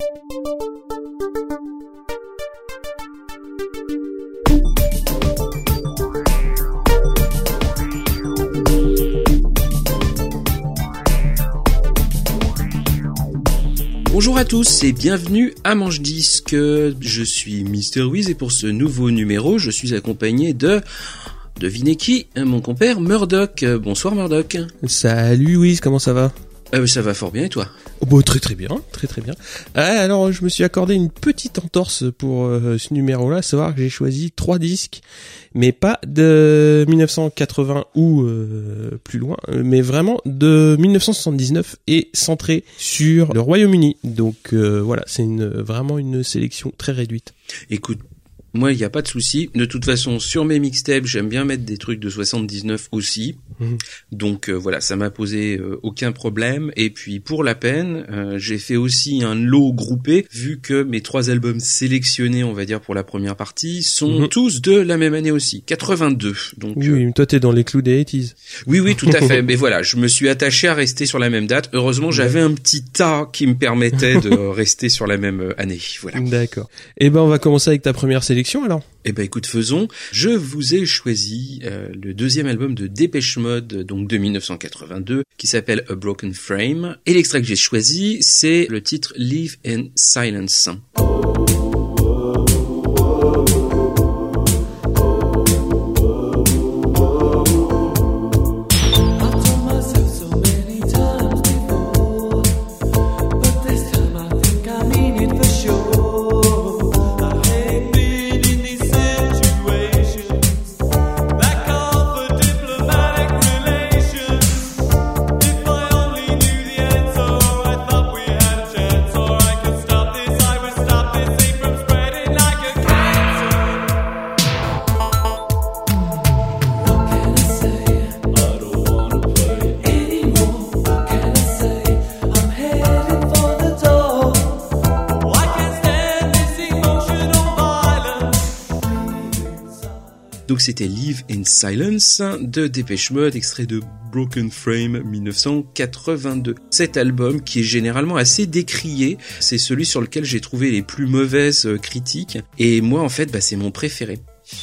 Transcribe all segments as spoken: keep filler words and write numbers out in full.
Bonjour à tous et bienvenue à Manche Disque. Je suis Mister Wiz et pour ce nouveau numéro, je suis accompagné de... Devinez qui ? Mon compère Murdoch. Bonsoir Murdoch. Salut Wiz, comment ça va ? Euh, ça va fort bien et toi ? Oh bah, très très bien, très très bien. Ah, alors je me suis accordé une petite entorse pour euh, ce numéro-là, à savoir que j'ai choisi trois disques, mais pas de dix-neuf cent quatre-vingts ou euh, plus loin, mais vraiment de dix-neuf cent soixante-dix-neuf et centré sur le Royaume-Uni. Donc euh, voilà, c'est une, vraiment une sélection très réduite. Écoute, moi, il n'y a pas de souci. De toute façon, sur mes mixtapes, j'aime bien mettre des trucs de soixante-dix-neuf aussi. Mmh. Donc euh, voilà, ça m'a posé euh, aucun problème. Et puis pour la peine, euh, j'ai fait aussi un lot groupé, vu que mes trois albums sélectionnés, on va dire pour la première partie, sont mmh. tous de la même année aussi, quatre-vingt-deux. Donc oui, euh... toi t'es dans les clous des eighties. Oui, oui, tout à fait. Mais voilà, je me suis attaché à rester sur la même date. Heureusement, j'avais un petit tas qui me permettait de rester sur la même année. Voilà. D'accord. Et ben on va commencer avec ta première sélection. Alors eh ben écoute, faisons. Je vous ai choisi euh, le deuxième album de Depeche Mode, donc de dix-neuf cent quatre-vingt-deux, qui s'appelle A Broken Frame. Et l'extrait que j'ai choisi, c'est le titre Live in Silence. Donc c'était Live in Silence de Depeche Mode, extrait de Broken Frame dix-neuf cent quatre-vingt-deux. Cet album, qui est généralement assez décrié, c'est celui sur lequel j'ai trouvé les plus mauvaises critiques. Et moi, en fait, bah, c'est mon préféré.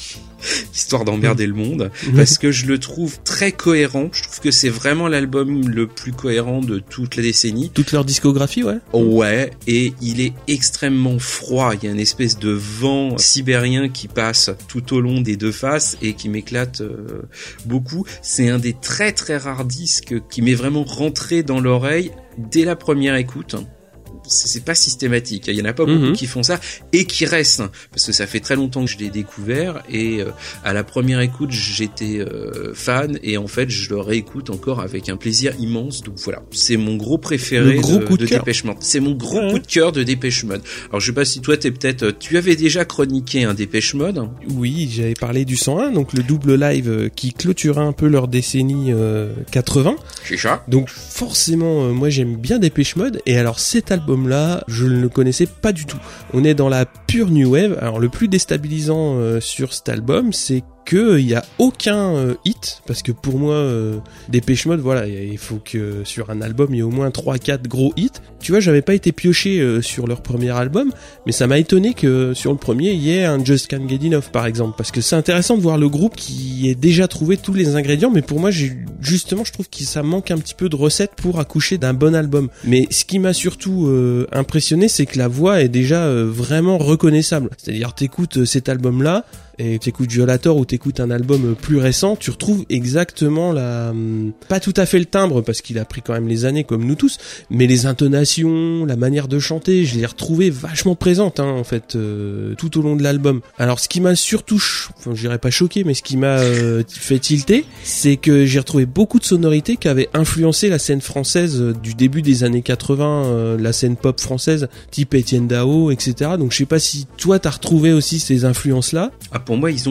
Histoire d'emmerder le monde, parce que je le trouve très cohérent. Je trouve que c'est vraiment l'album le plus cohérent de toute la décennie. Toute leur discographie, ouais. Ouais, et il est extrêmement froid. Il y a une espèce de vent sibérien qui passe tout au long des deux faces et qui m'éclate euh, beaucoup. C'est un des très très rares disques qui m'est vraiment rentré dans l'oreille dès la première écoute. C'est pas systématique, il y en a pas beaucoup mmh. qui font ça et qui restent, parce que ça fait très longtemps que je l'ai découvert et euh, à la première écoute j'étais euh, fan et en fait je le réécoute encore avec un plaisir immense. Donc voilà, c'est mon gros préféré le gros de, coup de, de Depeche Mode. C'est mon gros ouais. coup de cœur de Depeche Mode. Alors je sais pas si toi t'es peut-être, tu avais déjà chroniqué un Depeche Mode. Oui, j'avais parlé du cent un, donc le double live qui clôturait un peu leur décennie euh, quatre-vingts. C'est ça. Donc forcément, euh, moi j'aime bien Depeche Mode et alors cet album-là, je ne le connaissais pas du tout. On est dans la pure new wave. Alors le plus déstabilisant euh, sur cet album, c'est que il y a aucun euh, hit, parce que pour moi euh, Depeche Mode, voilà, il faut que sur un album il y ait au moins trois quatre gros hits. Tu vois, j'avais pas été pioché euh, sur leur premier album, mais ça m'a étonné que sur le premier il y ait un Just Can't Get Enough par exemple, parce que c'est intéressant de voir le groupe qui ait déjà trouvé tous les ingrédients, mais pour moi j'ai justement je trouve que ça manque un petit peu de recettes pour accoucher d'un bon album. Mais ce qui m'a surtout euh, impressionné, c'est que la voix est déjà euh, vraiment reconnaissable. C'est-à-dire t'écoutes euh, cet album là et t'écoutes Violator ou t'écoutes un album plus récent, tu retrouves exactement la, pas tout à fait le timbre parce qu'il a pris quand même les années comme nous tous, mais les intonations, la manière de chanter, je les ai retrouvées vachement présentes, hein, en fait, euh, tout au long de l'album. Alors ce qui m'a surtout, ch- enfin je dirais pas choqué, mais ce qui m'a euh, fait tilter, c'est que j'ai retrouvé beaucoup de sonorités qui avaient influencé la scène française euh, du début des années quatre-vingts, euh, la scène pop française, type Étienne Dao, et cetera. Donc je sais pas si toi t'as retrouvé aussi ces influences-là. Ah, pour moi, ils ont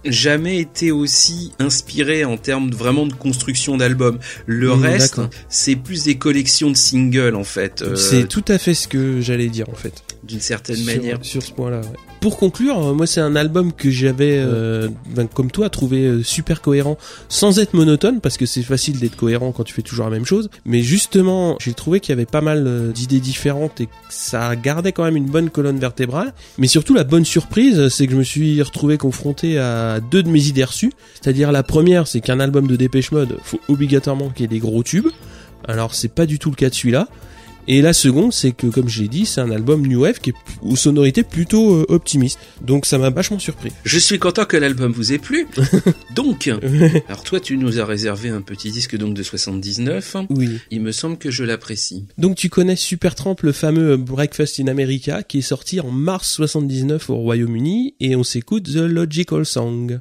jamais été aussi inspiré en termes de, vraiment de construction d'album. Le mmh, reste, d'accord. c'est plus des collections de singles en fait. Euh, c'est tout à fait ce que j'allais dire en fait. D'une certaine sur, manière. Sur ce point-là, ouais. Pour conclure, moi c'est un album que j'avais, euh, ben, comme toi, trouvé euh, super cohérent, sans être monotone, parce que c'est facile d'être cohérent quand tu fais toujours la même chose. Mais justement, j'ai trouvé qu'il y avait pas mal euh, d'idées différentes et que ça gardait quand même une bonne colonne vertébrale. Mais surtout, la bonne surprise, c'est que je me suis retrouvé confronté à deux de mes idées reçues. C'est-à-dire la première, c'est qu'un album de Depeche Mode, faut obligatoirement qu'il y ait des gros tubes. Alors c'est pas du tout le cas de celui-là. Et la seconde, c'est que, comme je l'ai dit, c'est un album New Wave qui est aux sonorités plutôt euh, optimistes. Donc ça m'a vachement surpris. Je suis content que l'album vous ait plu. Donc, alors toi, tu nous as réservé un petit disque donc de soixante-dix-neuf. Oui. Il me semble que je l'apprécie. Donc tu connais Supertramp, le fameux Breakfast in America, qui est sorti en mars soixante-dix-neuf au Royaume-Uni, et on s'écoute The Logical Song.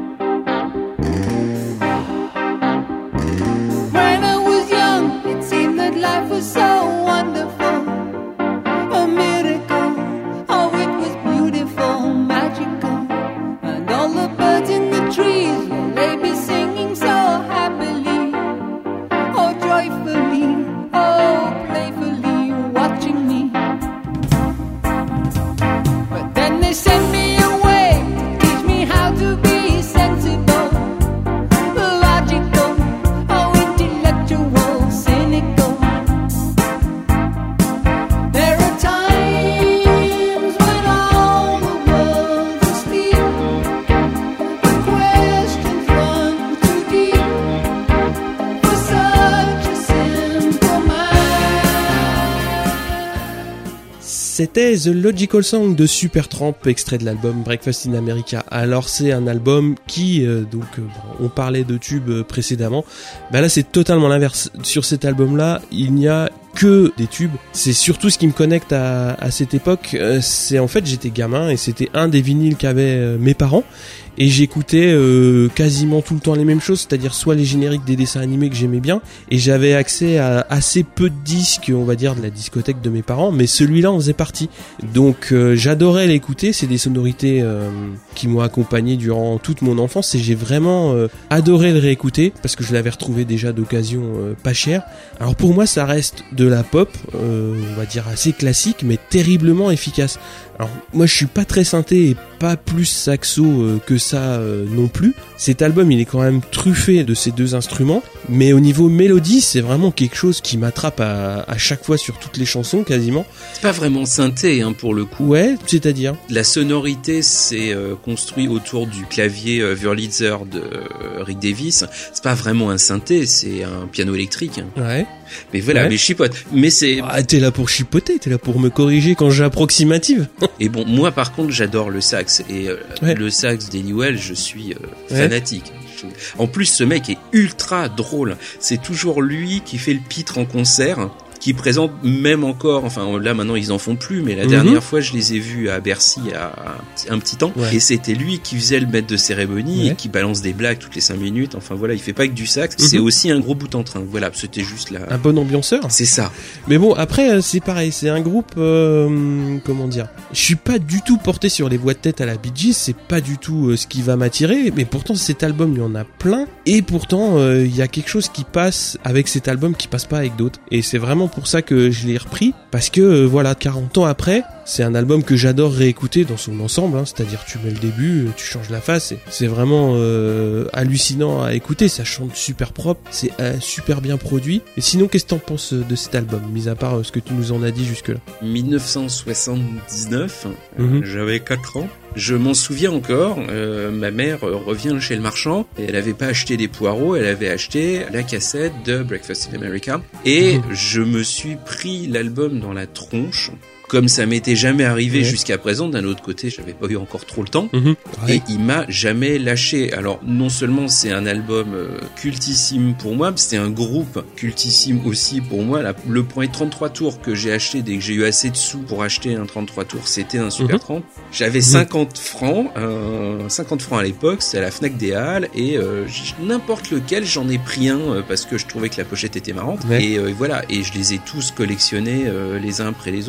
C'était The Logical Song de Supertramp, extrait de l'album Breakfast in America. Alors c'est un album qui, euh, donc euh, on parlait de tubes euh, précédemment, bah là c'est totalement l'inverse. Sur cet album-là, il n'y a que des tubes. C'est surtout ce qui me connecte à, à cette époque. Euh, c'est en fait j'étais gamin et c'était un des vinyles qu'avaient euh, mes parents. Et j'écoutais euh, quasiment tout le temps les mêmes choses, c'est-à-dire soit les génériques des dessins animés que j'aimais bien, et j'avais accès à assez peu de disques, on va dire, de la discothèque de mes parents, mais celui-là en faisait partie. Donc euh, j'adorais l'écouter, c'est des sonorités euh, qui m'ont accompagné durant toute mon enfance, et j'ai vraiment euh, adoré le réécouter, parce que je l'avais retrouvé déjà d'occasion euh, pas cher. Alors pour moi ça reste de la pop, euh, on va dire assez classique, mais terriblement efficace. Alors moi je suis pas très synthé et pas plus saxo euh, que ça euh, non plus. Cet album il est quand même truffé de ces deux instruments, mais au niveau mélodie c'est vraiment quelque chose qui m'attrape à, à chaque fois sur toutes les chansons quasiment. C'est pas vraiment synthé hein, pour le coup. Ouais, c'est-à-dire la sonorité c'est euh, construit autour du clavier euh, Wurlitzer de euh, Rick Davies. C'est pas vraiment un synthé, c'est un piano électrique. Hein. Ouais. Mais voilà, ouais. mais je chipote. Mais c'est. Ah, t'es là pour chipoter, t'es là pour me corriger quand j'ai approximative. Et bon, moi par contre, j'adore le sax et euh, ouais. le sax d'Heliwell, je suis euh, fanatique. Ouais. En plus, ce mec est ultra drôle. C'est toujours lui qui fait le pitre en concert, qui présente même encore, enfin là maintenant ils en font plus, mais la mm-hmm. dernière fois je les ai vus à Bercy il y a un petit temps, ouais. et c'était lui qui faisait le maître de cérémonie, ouais. et qui balance des blagues toutes les cinq minutes, enfin voilà, il fait pas que du sax, mm-hmm. c'est aussi un gros bout en train, voilà, c'était juste là. Un bon ambianceur. C'est ça. Mais bon, après c'est pareil, c'est un groupe, euh, comment dire, je suis pas du tout porté sur les voix de tête à la Bee Gees, c'est pas du tout euh, ce qui va m'attirer, mais pourtant cet album il y en a plein, et pourtant il euh, y a quelque chose qui passe avec cet album qui passe pas avec d'autres, et c'est vraiment pour ça que je l'ai repris, parce que euh, voilà, quarante ans après, c'est un album que j'adore réécouter dans son ensemble, hein, c'est-à-dire tu mets le début, tu changes la face, et c'est vraiment euh, hallucinant à écouter, ça chante super propre, c'est euh, super bien produit. Et sinon, qu'est-ce que t'en penses de cet album, mis à part euh, ce que tu nous en as dit jusque-là? dix-neuf cent soixante-dix-neuf, mm-hmm. euh, j'avais quatre ans. Je m'en souviens encore, euh, ma mère revient chez le marchand et elle avait pas acheté des poireaux, elle avait acheté la cassette de Breakfast in America et mmh. je me suis pris l'album dans la tronche. Comme ça m'était jamais arrivé ouais. jusqu'à présent, d'un autre côté, j'avais pas eu encore trop le temps, mmh. ouais. et il m'a jamais lâché. Alors, non seulement c'est un album euh, cultissime pour moi, c'est un groupe cultissime aussi pour moi. La, le premier trente-trois tours que j'ai acheté dès que j'ai eu assez de sous pour acheter un trente-trois tours, c'était un Supertramp. Mmh. J'avais mmh. cinquante francs, euh, cinquante francs à l'époque, c'était à la Fnac des Halles, et euh, n'importe lequel, j'en ai pris un euh, parce que je trouvais que la pochette était marrante. Ouais. Et euh, voilà, et je les ai tous collectionnés euh, les uns après les autres. C'est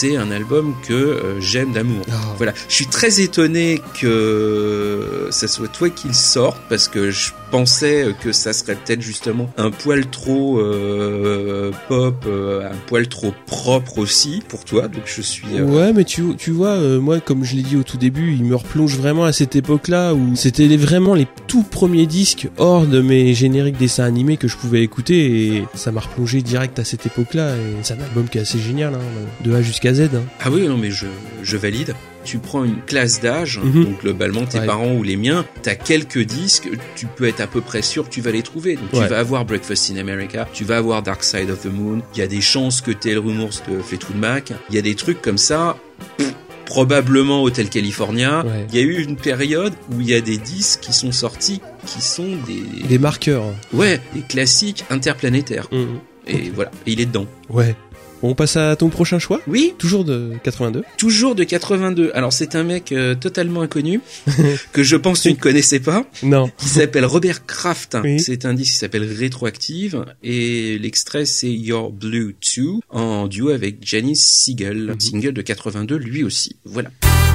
c'est un album que euh, j'aime d'amour. Oh. Voilà, je suis très étonné que ça soit toi qui le sorte, parce que je pensais que ça serait peut-être justement un poil trop euh, pop, euh, un poil trop propre aussi pour toi, donc je suis... Euh... Ouais, mais tu, tu vois, euh, moi, comme je l'ai dit au tout début, il me replonge vraiment à cette époque-là où c'était les, vraiment les tout premiers disques hors de mes génériques dessins animés que je pouvais écouter, et ça m'a replongé direct à cette époque-là, et c'est un album qui est assez génial, hein, de A jusqu'à Z. Hein. Ah oui, non mais je, je valide. Tu prends une classe d'âge, mm-hmm. donc globalement tes ouais. parents ou les miens, t'as quelques disques, tu peux être à peu près sûr que tu vas les trouver. Donc ouais. tu vas avoir Breakfast in America, tu vas avoir Dark Side of the Moon, il y a des chances que t'aies le Rumors de Fleetwood Mac, il y a des trucs comme ça, pff, probablement Hotel California. Ouais. Il y a eu une période où il y a des disques qui sont sortis, qui sont des... Des marqueurs. Ouais, des classiques interplanétaires. Mm-hmm. Et okay. voilà, et il est dedans. Ouais. On passe à ton prochain choix ? Oui. Toujours de quatre-vingt-deux ? Toujours de quatre-vingt-deux. Alors c'est un mec euh, totalement inconnu, que je pense tu ne connaissais pas. Non. Qui s'appelle Robert Kraft. Oui. C'est un disque qui s'appelle Rétroactive, et l'extrait c'est You're Blue Too, en duo avec Janice Siegel, mm-hmm. single de quatre-vingt-deux lui aussi. Voilà.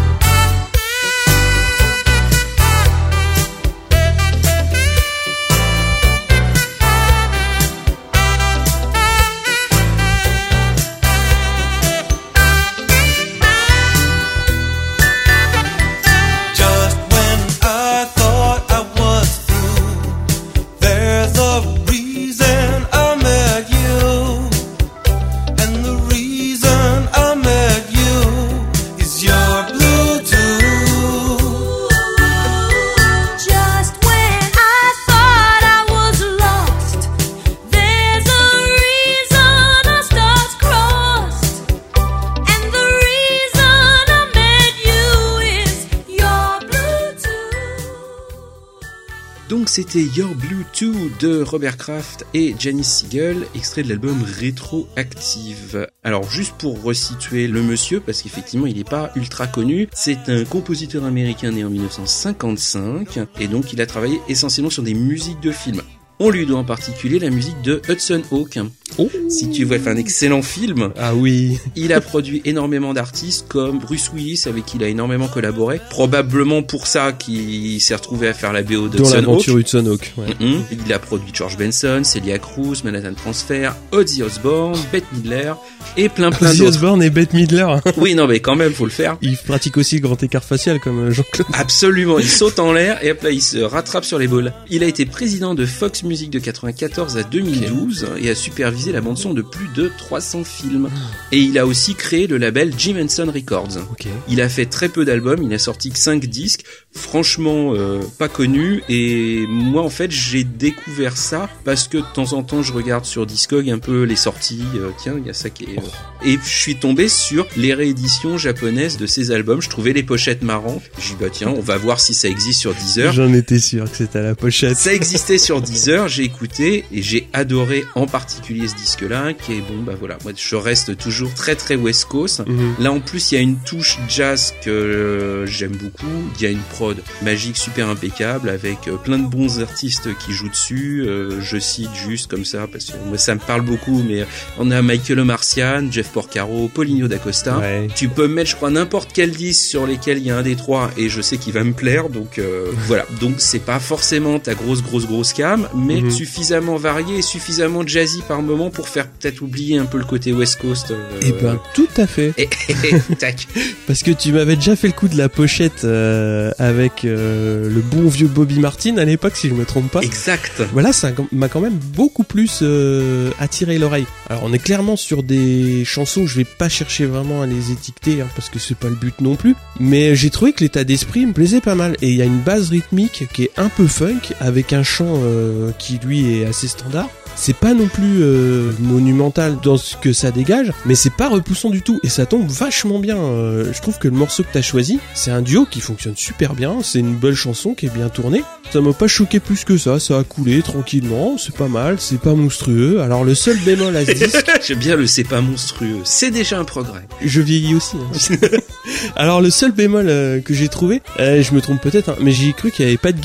Donc c'était You're Blue Too de Robert Kraft et Janice Siegel, extrait de l'album Rétroactive. Alors juste pour resituer le monsieur, parce qu'effectivement il n'est pas ultra connu, c'est un compositeur américain né en dix-neuf cent cinquante-cinq, et donc il a travaillé essentiellement sur des musiques de films. On lui doit en particulier la musique de Hudson Hawk. Oh. Si tu vois, fait un excellent film. Ah oui. Il a produit énormément d'artistes comme Bruce Willis, avec qui il a énormément collaboré. Probablement pour ça qu'il s'est retrouvé à faire la B O d'Hudson Hawk. Dans l'aventure Hudson Hawk. Ouais. Mm-hmm. Il a produit George Benson, Celia Cruz, Manhattan Transfer, Ozzy Osbourne, Bette Midler et plein plein Ozzy d'autres. Ozzy Osbourne et Bette Midler. Oui, non mais quand même, faut le faire. Il pratique aussi le grand écart facial comme Jean-Claude. Absolument, il saute en l'air et hop là il se rattrape sur les boules. Il a été président de Fox Music de quatre-vingt-quatorze à deux mille douze okay. et a supervisé la bande son de plus de trois cents films. Et il a aussi créé le label Jim Henson Records. Okay. Il a fait très peu d'albums, il n'a sorti que cinq disques, franchement euh, pas connus, et moi en fait j'ai découvert ça parce que de temps en temps je regarde sur Discog un peu les sorties, euh, tiens il y a ça qui est... Euh... Et je suis tombé sur les rééditions japonaises de ces albums, je trouvais les pochettes marrantes, j'ai dit bah tiens on va voir si ça existe sur Deezer. J'en étais sûr que c'était à la pochette. Ça existait sur Deezer, j'ai écouté et j'ai adoré en particulier ce disque là qui est bon bah voilà, moi je reste toujours très très West Coast. Mm-hmm. Là en plus il y a une touche jazz que euh, j'aime beaucoup, il y a une prod magique super impeccable avec euh, plein de bons artistes qui jouent dessus, euh, je cite juste comme ça parce que moi ça me parle beaucoup, mais on a Michael Omartian, Jeff Porcaro, Paulinho da Costa. Ouais. Tu peux mettre je crois n'importe quel disque sur lesquels il y a un des trois et je sais qu'il va me plaire, donc euh, voilà, donc c'est pas forcément ta grosse grosse grosse cam, mais mm-hmm. suffisamment varié et suffisamment jazzy par moment pour faire peut-être oublier un peu le côté West Coast. Euh, eh ben tout à fait. Et, et, tac. Parce que tu m'avais déjà fait le coup de la pochette euh, avec euh, le bon vieux Bobby Martin à l'époque, si je me trompe pas. Exact. Voilà, ça m'a quand même beaucoup plus euh, attiré l'oreille. Alors on est clairement sur des chansons, je vais pas chercher vraiment à les étiqueter hein, parce que c'est pas le but non plus, mais j'ai trouvé que l'état d'esprit me plaisait pas mal, et il y a une base rythmique qui est un peu funk avec un chant euh, qui lui est assez standard. C'est pas non plus euh, monumental dans ce que ça dégage, mais c'est pas repoussant du tout, et ça tombe vachement bien. Euh, je trouve que le morceau que t'as choisi, c'est un duo qui fonctionne super bien, c'est une belle chanson qui est bien tournée. Ça m'a pas choqué plus que ça, ça a coulé tranquillement, c'est pas mal, c'est pas monstrueux. Alors le seul bémol à ce disque... J'aime bien le c'est pas monstrueux, c'est déjà un progrès. Je vieillis aussi. Hein. Alors le seul bémol euh, que j'ai trouvé, euh, je me trompe peut-être, hein, mais j'ai cru qu'il y avait pas de guitare.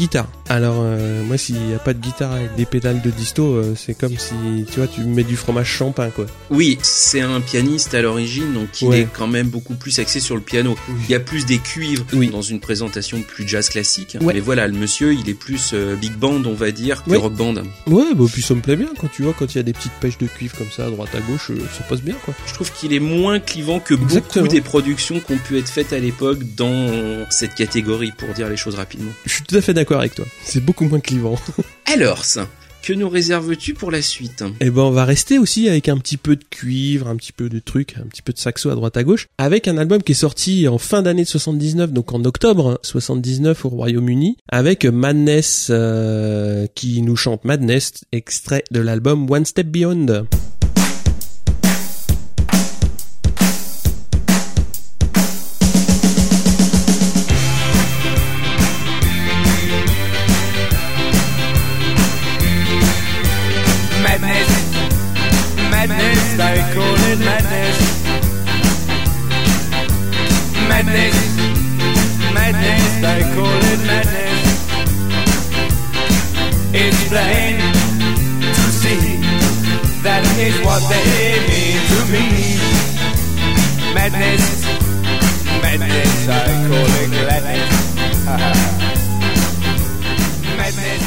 Alors euh, moi s'il n'y a pas de guitare avec des pédales de disto, euh, c'est comme si tu vois tu mets du fromage champin quoi. Oui, c'est un pianiste à l'origine, donc il Ouais. est quand même beaucoup plus axé sur le piano. Oui. Il y a plus des cuivres Oui. dans une présentation plus jazz classique. Ouais. Mais voilà, le monsieur, il est plus euh, big band, on va dire, que Ouais. rock band. Ouais, bah puis ça me plaît bien quand tu vois quand il y a des petites pêches de cuivre comme ça à droite à gauche, euh, ça passe bien quoi. Je trouve qu'il est moins clivant que Exactement. beaucoup des productions qui ont pu être faites à l'époque dans cette catégorie, pour dire les choses rapidement. Je suis tout à fait d'accord avec toi. C'est beaucoup moins clivant. Alors, ça, que nous réserves-tu pour la suite? Et ben on va rester aussi avec un petit peu de cuivre, un petit peu de trucs, un petit peu de saxo à droite à gauche, avec un album qui est sorti en fin d'année de soixante-dix-neuf, donc en octobre soixante-dix-neuf au Royaume-Uni, avec Madness euh, qui nous chante Madness, extrait de l'album One Step Beyond. Madness, madness, I call it madness. Madness, madness, I call it madness. It's plain to see that is what they mean to me. Madness, madness, I call it gladness. Madness.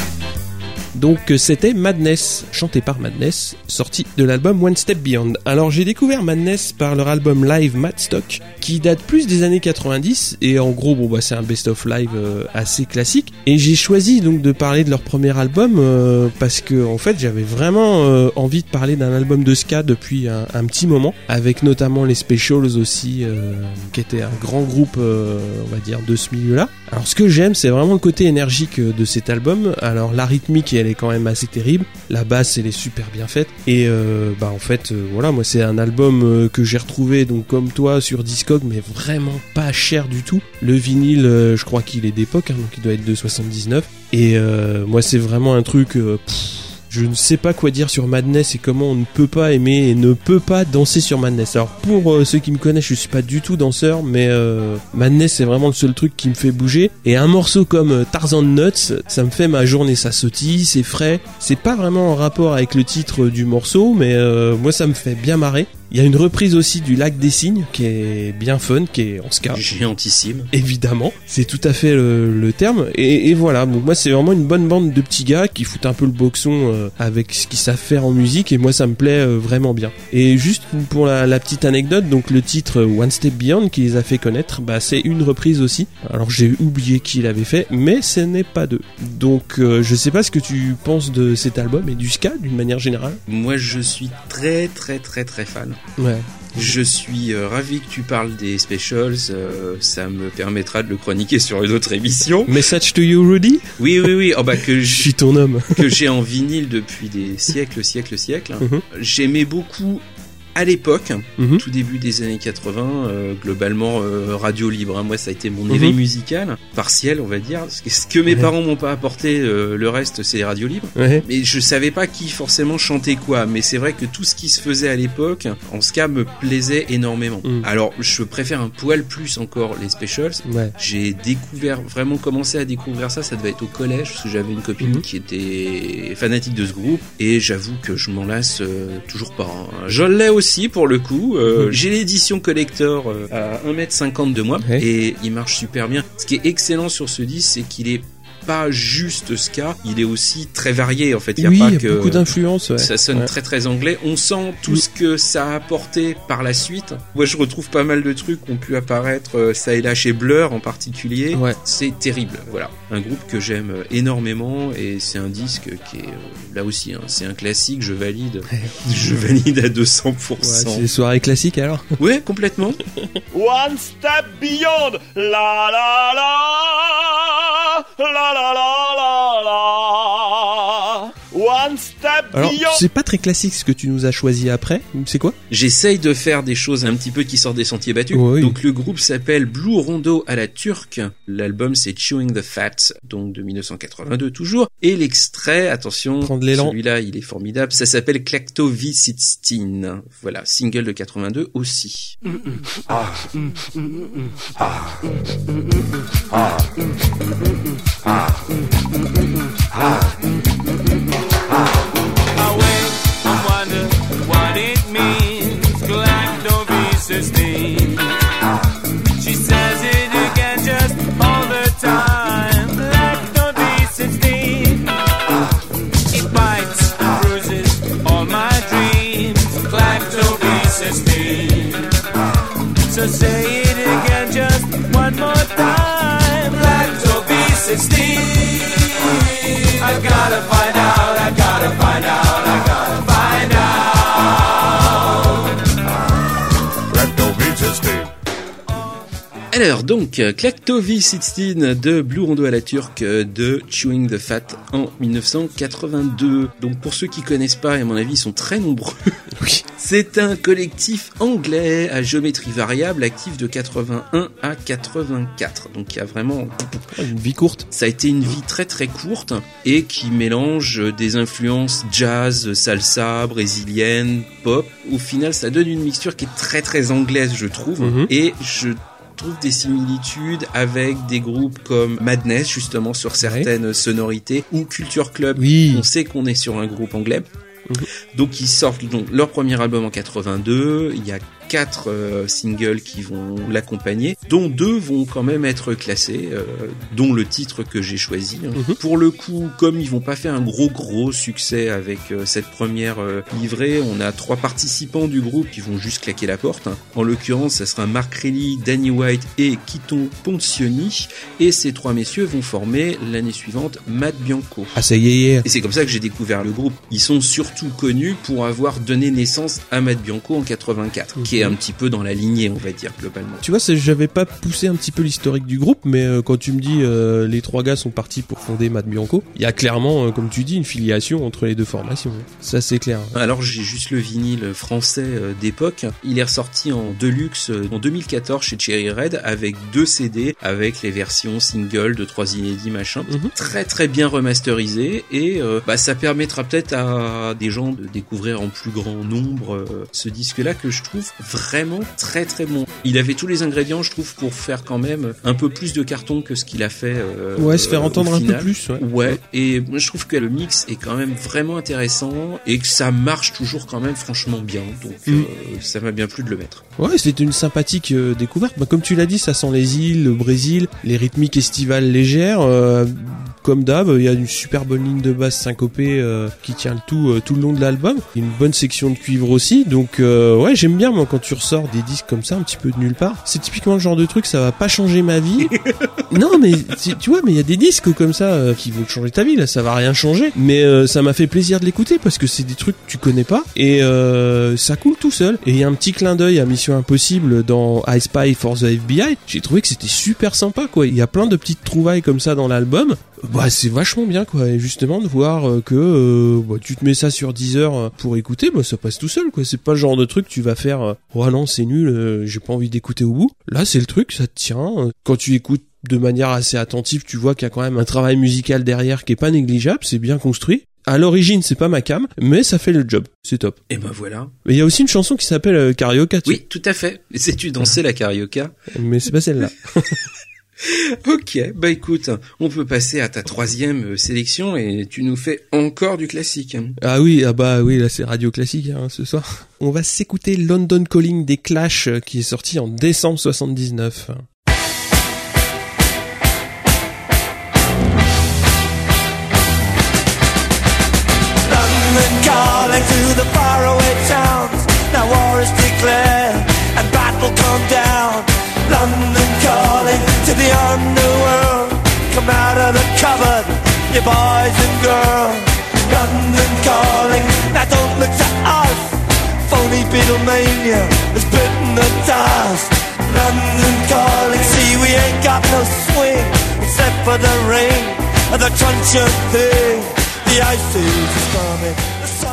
Donc c'était Madness, chanté par Madness, sorti de l'album One Step Beyond. Alors j'ai découvert Madness par leur album live Madstock, qui date plus des années quatre-vingt-dix, et en gros bon bah c'est un best-of live euh, assez classique. Et j'ai choisi donc de parler de leur premier album euh, parce que en fait j'avais vraiment euh, envie de parler d'un album de ska depuis un, un petit moment, avec notamment les Specials aussi, euh, qui était un grand groupe euh, on va dire de ce milieu-là. Alors ce que j'aime c'est vraiment le côté énergique de cet album. Alors la rythmique elle est quand même assez terrible, la basse elle est super bien faite, et euh, bah en fait euh, voilà moi c'est un album euh, que j'ai retrouvé donc comme toi sur Discog mais vraiment pas cher du tout. Le vinyle euh, je crois qu'il est d'époque hein, donc il doit être de soixante-dix-neuf, et euh, moi c'est vraiment un truc euh, pff, je ne sais pas quoi dire sur Madness et comment on ne peut pas aimer et ne peut pas danser sur Madness. Alors pour euh, ceux qui me connaissent, je suis pas du tout danseur, mais euh, Madness c'est vraiment le seul truc qui me fait bouger. Et un morceau comme euh, Tarzan Nuts, ça me fait ma journée, ça sautille, c'est frais. C'est pas vraiment en rapport avec le titre du morceau, mais euh, moi ça me fait bien marrer. Il y a une reprise aussi du Lac des Cygnes qui est bien fun, qui est en ska. Géantissime. Évidemment, c'est tout à fait le, le terme. Et, et voilà, donc moi c'est vraiment une bonne bande de petits gars qui foutent un peu le boxon euh, avec ce qu'ils savent faire en musique, et moi ça me plaît euh, vraiment bien. Et juste pour la, la petite anecdote, donc le titre One Step Beyond qui les a fait connaître, bah c'est une reprise aussi. Alors j'ai oublié qui l'avait fait, mais ce n'est pas d'eux. Donc euh, je sais pas ce que tu penses de cet album et du ska d'une manière générale. Moi, je suis très très très très fan. Ouais. Je suis euh, ravi que tu parles des specials, euh, ça me permettra de le chroniquer sur une autre émission. Message to you, Rudy. Oui, oui, oui, oh bah que Je je suis ton homme. que j'ai en vinyle depuis des siècles, siècles, siècles. Mhm. J'aimais beaucoup à l'époque, Mhm. tout début des années quatre-vingts, euh, globalement euh, radio libre. Hein. Moi, ça a été mon éveil Mhm. musical, partiel, on va dire. Ce que, ce que mes Ouais. parents m'ont pas apporté, euh, le reste, c'est les radios libres. Ouais. Mais je savais pas qui forcément chantait quoi. Mais c'est vrai que tout ce qui se faisait à l'époque, en ska, me plaisait énormément. Mhm. Alors, je préfère un poil plus encore les specials. Ouais. J'ai découvert, vraiment commencé à découvrir ça, ça devait être au collège, parce que j'avais une copine Mhm. qui était fanatique de ce groupe, et j'avoue que je m'en lasse euh, toujours pas. Hein. Je l'ai aussi, pour le coup. Euh, Mhm. J'ai l'édition collector euh, à un mètre cinquante de moi, Ouais. et il marche super bien. Ce qui est excellent sur ce disque, c'est qu'il est pas juste ska, il est aussi très varié en fait. Il y a Oui, pas il y a que beaucoup d'influences. Ouais. ça sonne Ouais. très très anglais. On sent tout Mm. ce que ça a apporté par la suite. Moi, je retrouve pas mal de trucs qui ont pu apparaître euh, ça et là chez Blur en particulier. Ouais. C'est terrible. Voilà, un groupe que j'aime euh, énormément, et c'est un disque qui est euh, là aussi. Hein, c'est un classique. Je valide. je valide à deux cents pour Ouais, cent. c'est des soirées classiques alors. Ouais, complètement. One step beyond, la la la, la la la la la. One step Alors, c'est pas très classique ce que tu nous as choisi après. C'est quoi? J'essaye de faire des choses un petit peu qui sortent des sentiers battus. Oh, oui. Donc le groupe s'appelle Blue Rondo à la turque. L'album c'est Chewing the Fat, donc de dix-neuf cent quatre-vingt-deux toujours. Et l'extrait, attention, Prendre l'élan. Celui-là il est formidable. Ça s'appelle Klaktovicitstine. Voilà, single de quatre-vingt-deux aussi. Ah. Ah. Ah. Ah. Ah. I wait and wonder what it means, Klaktovicitstine. She says it again just all the time, Klaktovicitstine. It bites and bruises all my dreams, Klaktovicitstine. So say it again just one more time, Klaktovicitstine. I gotta find out, I gotta find out, I gotta find out. Klaktovicitstine. Alors donc, Klaktovicitstine de Blue Rondo à la turque de Chewing the Fat en dix-neuf cent quatre-vingt-deux. Donc pour ceux qui connaissent pas, et à mon avis ils sont très nombreux, Oui. c'est un collectif anglais à géométrie variable actif de quatre-vingt-un à quatre-vingt-quatre. Donc il y a vraiment... Une vie courte. Ça a été une vie très très courte et qui mélange des influences jazz, salsa, brésilienne, pop. Au final ça donne une mixture qui est très très anglaise je trouve. Mm-hmm. Et je trouve des similitudes avec des groupes comme Madness justement sur certaines ouais. sonorités ou Culture Club. Oui. On sait qu'on est sur un groupe anglais. Mmh. Donc ils sortent donc leur premier album en quatre-vingt-deux, il y a quatre euh, singles qui vont l'accompagner, dont deux vont quand même être classés, euh, dont le titre que j'ai choisi. Mmh. Pour le coup, comme ils vont pas faire un gros gros succès avec euh, cette première euh, livrée, on a trois participants du groupe qui vont juste claquer la porte. En l'occurrence, ça sera Mark Reilly, Danny White et Kiton Pontioni, et ces trois messieurs vont former l'année suivante Matt Bianco. Ah ça y est, y est. Et c'est comme ça que j'ai découvert le groupe. Ils sont surtout connus pour avoir donné naissance à Matt Bianco en quatre-vingt-quatre, mmh. qui est un petit peu dans la lignée, on va dire, globalement. Tu vois, j'avais pas poussé un petit peu l'historique du groupe, mais euh, quand tu me dis euh, les trois gars sont partis pour fonder Matt Bianco, il y a clairement, euh, comme tu dis, une filiation entre les deux formations. Ça, c'est clair. Alors, j'ai juste le vinyle français euh, d'époque. Il est ressorti en deluxe euh, en deux mille quatorze chez Cherry Red avec deux C D, avec les versions single de trois inédits, machin. Mmh. Très, très bien remasterisé et euh, bah, ça permettra peut-être à des gens de découvrir en plus grand nombre euh, ce disque-là que je trouve vraiment très très bon. Il avait tous les ingrédients, je trouve, pour faire quand même un peu plus de carton que ce qu'il a fait. Euh, ouais, se faire entendre un final. peu plus. Ouais. ouais. Et moi, je trouve que le mix est quand même vraiment intéressant et que ça marche toujours quand même franchement bien. Donc, mm. euh, ça m'a bien plu de le mettre. Ouais, c'était une sympathique euh, découverte. Bah, comme tu l'as dit, ça sent les îles, le Brésil, les rythmiques estivales légères. Euh, comme d'hab, il y a une super bonne ligne de basse syncopée euh, qui tient le tout euh, tout le long de l'album. Une bonne section de cuivre aussi. Donc euh, ouais, j'aime bien moi quand tu ressors des disques comme ça un petit peu de nulle part. C'est typiquement le genre de truc, ça va pas changer ma vie. Non mais tu vois, mais il y a des disques comme ça euh, qui vont changer ta vie. Là, ça va rien changer. Mais euh, ça m'a fait plaisir de l'écouter parce que c'est des trucs que tu connais pas et euh, ça coule tout seul. Et il y a un petit clin d'œil à Mission Impossible dans I Spy for the F B I. J'ai trouvé que c'était super sympa quoi. Il y a plein de petites trouvailles comme ça dans l'album. Bah c'est vachement bien quoi, et justement de voir euh, que euh, bah, tu te mets ça sur Deezer euh, pour écouter, bah ça passe tout seul quoi. C'est pas le genre de truc que tu vas faire euh, oh non c'est nul, euh, j'ai pas envie d'écouter au bout. Là c'est le truc, ça te tient. Euh, quand tu écoutes de manière assez attentive, tu vois qu'il y a quand même un travail musical derrière qui est pas négligeable, c'est bien construit. À l'origine, c'est pas ma cam, mais ça fait le job. C'est top. Et ben voilà. Mais il y a aussi une chanson qui s'appelle euh, Carioca. Tu... Oui, tout à fait. Sais-tu danser la Carioca? Mais c'est pas celle-là. Ok, bah écoute, on peut passer à ta troisième sélection et tu nous fais encore du classique. Ah oui, ah bah oui, là c'est radio classique hein, ce soir. On va s'écouter London Calling des Clash qui est sorti en décembre soixante-dix-neuf. London calling to the faraway towns. Now war is declared and battle come down. London calling to the underworld. Come out of the cupboard, you boys and girls. London calling, now don't look to us. Phony Beatlemania has bitten the dust. London calling, see we ain't got no swing except for the rain and the crunch of thing. The ice age is coming.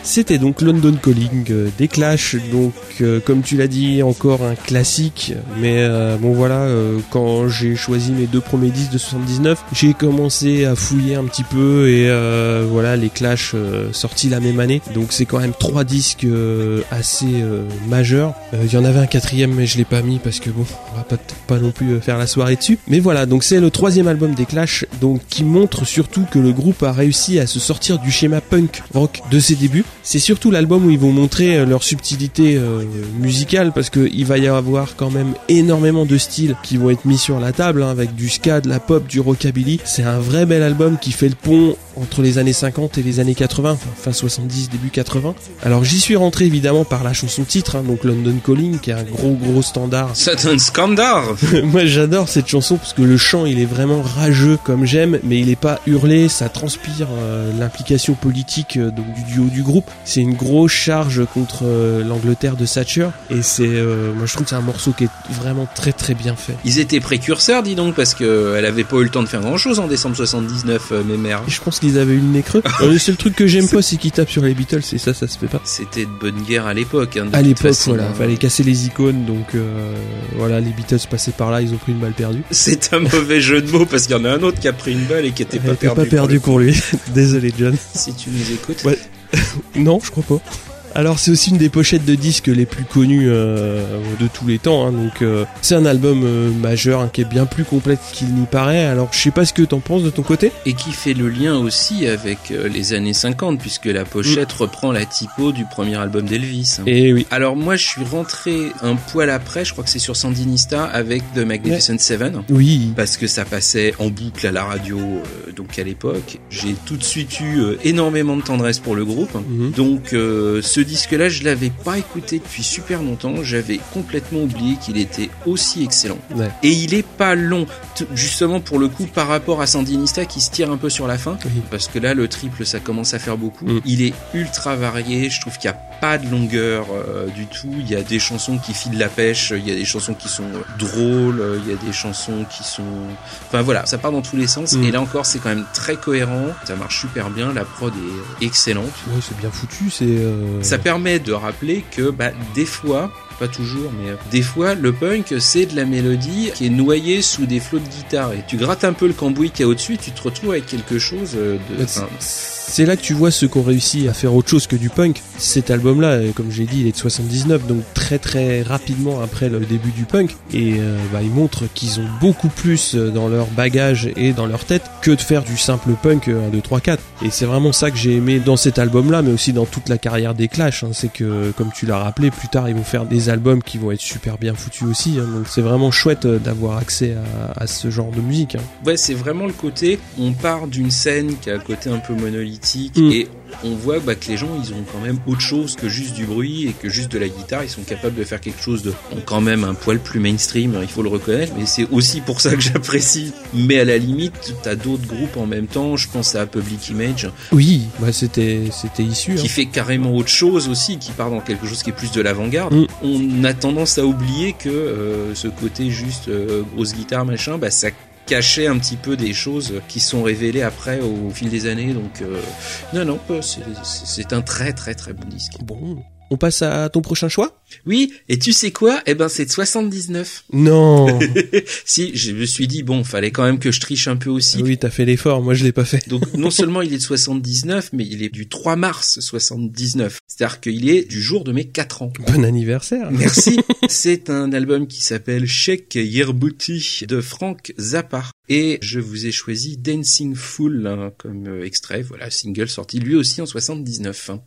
C'était donc London Calling euh, des Clash, donc euh, comme tu l'as dit, encore un classique, mais euh, bon voilà, euh, quand j'ai choisi mes deux premiers disques de soixante-dix-neuf, j'ai commencé à fouiller un petit peu et euh, voilà, les Clash euh, sortis la même année, donc c'est quand même trois disques euh, assez euh, majeurs. Il euh, y en avait un quatrième mais je l'ai pas mis parce que bon, on va pas, pas non plus faire la soirée dessus, mais voilà, donc c'est le troisième album des Clash, donc qui montre surtout que le groupe a réussi à se sortir du schéma punk rock de ses débuts. C'est surtout l'album où ils vont montrer leur subtilité euh, musicale, parce que il va y avoir quand même énormément de styles qui vont être mis sur la table, hein, avec du ska, de la pop, du rockabilly. C'est un vrai bel album qui fait le pont entre les années cinquante et les années quatre-vingts, enfin fin soixante-dix, début quatre-vingts. Alors j'y suis rentré évidemment par la chanson titre, hein, donc London Calling, qui est un gros gros standard. C'est un scandale. Moi j'adore cette chanson parce que le chant il est vraiment rageux comme j'aime, mais il est pas hurlé, ça transpire euh, l'implication politique euh, donc du duo du groupe. C'est une grosse charge contre euh, l'Angleterre de Thatcher, et c'est euh, moi je trouve que c'est un morceau qui est vraiment très très bien fait. Ils étaient précurseurs, dis donc, parce que elle avait pas eu le temps de faire grand chose en décembre soixante-dix-neuf, euh, mes mères. Et je pense qu'ils avaient eu le nez creux. Le seul truc que j'aime pas, c'est qu'ils tapent sur les Beatles, et ça, ça se fait pas. C'était de bonne guerre à l'époque. Hein, à l'époque, voilà, il fallait casser les icônes, donc euh, voilà, les Beatles passaient par là, ils ont pris une balle perdue. C'est un mauvais jeu de mots, parce qu'il y en a un autre qui a pris une balle et qui était pas était perdu. pas perdu pour, pour lui. Désolé, John. Si tu nous écoutes. Ouais. Non, je crois pas. Alors c'est aussi une des pochettes de disques les plus connues euh, de tous les temps, hein, donc euh, c'est un album euh, majeur, hein, qui est bien plus complet qu'il n'y paraît. Alors je sais pas ce que t'en penses de ton côté. Et qui fait le lien aussi avec euh, les années cinquante, puisque la pochette mmh. reprend la typo du premier album d'Elvis. Hein. Et oui. Alors moi je suis rentré un poil après, je crois que c'est sur Sandinista, avec The Magnificent ouais. Seven. Oui. Parce que ça passait en boucle à la radio, euh, donc à l'époque. J'ai tout de suite eu euh, énormément de tendresse pour le groupe. Mmh. Donc euh, ce disque-là, je l'avais pas écouté depuis super longtemps. J'avais complètement oublié qu'il était aussi excellent. Ouais. Et il est pas long, t- justement pour le coup par rapport à Sandinista qui se tire un peu sur la fin, oui. Parce que là le triple ça commence à faire beaucoup. Mm. Il est ultra varié. Je trouve qu'il y a pas de longueur euh, du tout. Il y a des chansons qui filent la pêche. Il y a des chansons qui sont euh, drôles. Il y a des chansons qui sont, enfin voilà, ça part dans tous les sens. Mm. Et là encore c'est quand même très cohérent. Ça marche super bien. La prod est excellente. Ouais, c'est bien foutu. C'est. Euh... Ça permet de rappeler que bah, des fois, pas toujours, mais euh, des fois, le punk, c'est de la mélodie qui est noyée sous des flots de guitare. Et tu grattes un peu le cambouis qu'il y a au-dessus, tu te retrouves avec quelque chose de... Bah, c'est, c'est là que tu vois ceux qui ont réussi à faire autre chose que du punk. Cet album-là, comme j'ai dit, il est de soixante-dix-neuf, donc très très rapidement après le début du punk. Et euh, bah, ils montrent qu'ils ont beaucoup plus dans leur bagage et dans leur tête que de faire du simple punk un, deux, trois, quatre. Et c'est vraiment ça que j'ai aimé dans cet album-là, mais aussi dans toute la carrière des Clash. Hein. C'est que, comme tu l'as rappelé, plus tard, ils vont faire des albums qui vont être super bien foutus aussi. Hein. Donc c'est vraiment chouette d'avoir accès à, à ce genre de musique. Hein. Ouais, c'est vraiment le côté, on part d'une scène qui a un côté un peu monolithique, mmh. et on voit bah, que les gens, ils ont quand même autre chose que juste du bruit et que juste de la guitare. Ils sont capables de faire quelque chose de bon, quand même un poil plus mainstream, il faut le reconnaître, mais c'est aussi pour ça que j'apprécie. Mais à la limite, t'as d'autres groupes en même temps, je pense à Public Image. Oui, bah c'était, c'était issu. Qui hein. fait carrément autre chose aussi, qui part dans quelque chose qui est plus de l'avant-garde. Mmh. On a tendance à oublier que euh, ce côté juste euh, grosse guitare, machin, bah ça cachait un petit peu des choses qui sont révélées après au, au fil des années. Donc euh, non, non, c'est, c'est un très très très bon disque. Bon. On passe à ton prochain choix ? Oui, et tu sais quoi ? Eh ben, c'est de soixante-dix-neuf. Non. Si, je me suis dit, bon, fallait quand même que je triche un peu aussi. Ah oui, t'as fait l'effort, moi je l'ai pas fait. Donc, non seulement il est de soixante-dix-neuf, mais il est du trois mars soixante-dix-neuf. C'est-à-dire qu'il est du jour de mes quatre ans. Bon anniversaire. Merci. C'est un album qui s'appelle Cheikh Yerbouti de Frank Zappa. Et je vous ai choisi Dancing Fool hein, comme euh, extrait, voilà, single sorti lui aussi en soixante-dix-neuf. Hein.